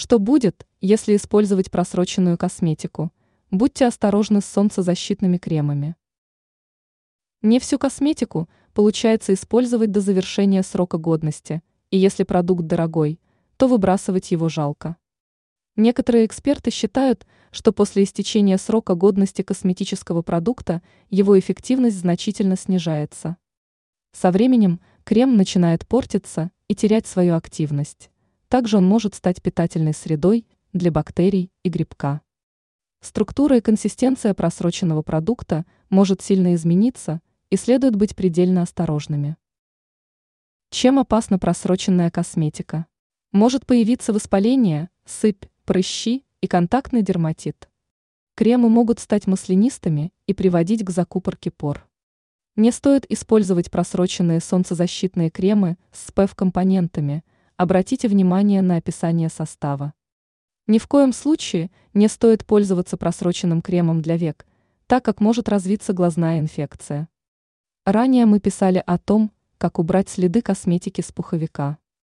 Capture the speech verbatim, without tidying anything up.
Что будет, если использовать просроченную косметику? Будьте осторожны с солнцезащитными кремами. Не всю косметику получается использовать до завершения срока годности, и если продукт дорогой, то выбрасывать его жалко. Некоторые эксперты считают, что после истечения срока годности косметического продукта его эффективность значительно снижается. Со временем крем начинает портиться и терять свою активность. Также он может стать питательной средой для бактерий и грибка. Структура и консистенция просроченного продукта может сильно измениться, и следует быть предельно осторожными. Чем опасна просроченная косметика? Может появиться воспаление, сыпь, прыщи и контактный дерматит. Кремы могут стать маслянистыми и приводить к закупорке пор. Не стоит использовать просроченные солнцезащитные кремы с эс пэ эф-компонентами. Обратите внимание на описание состава. Ни в коем случае не стоит пользоваться просроченным кремом для век, так как может развиться глазная инфекция. Ранее мы писали о том, как убрать следы косметики с пуховика.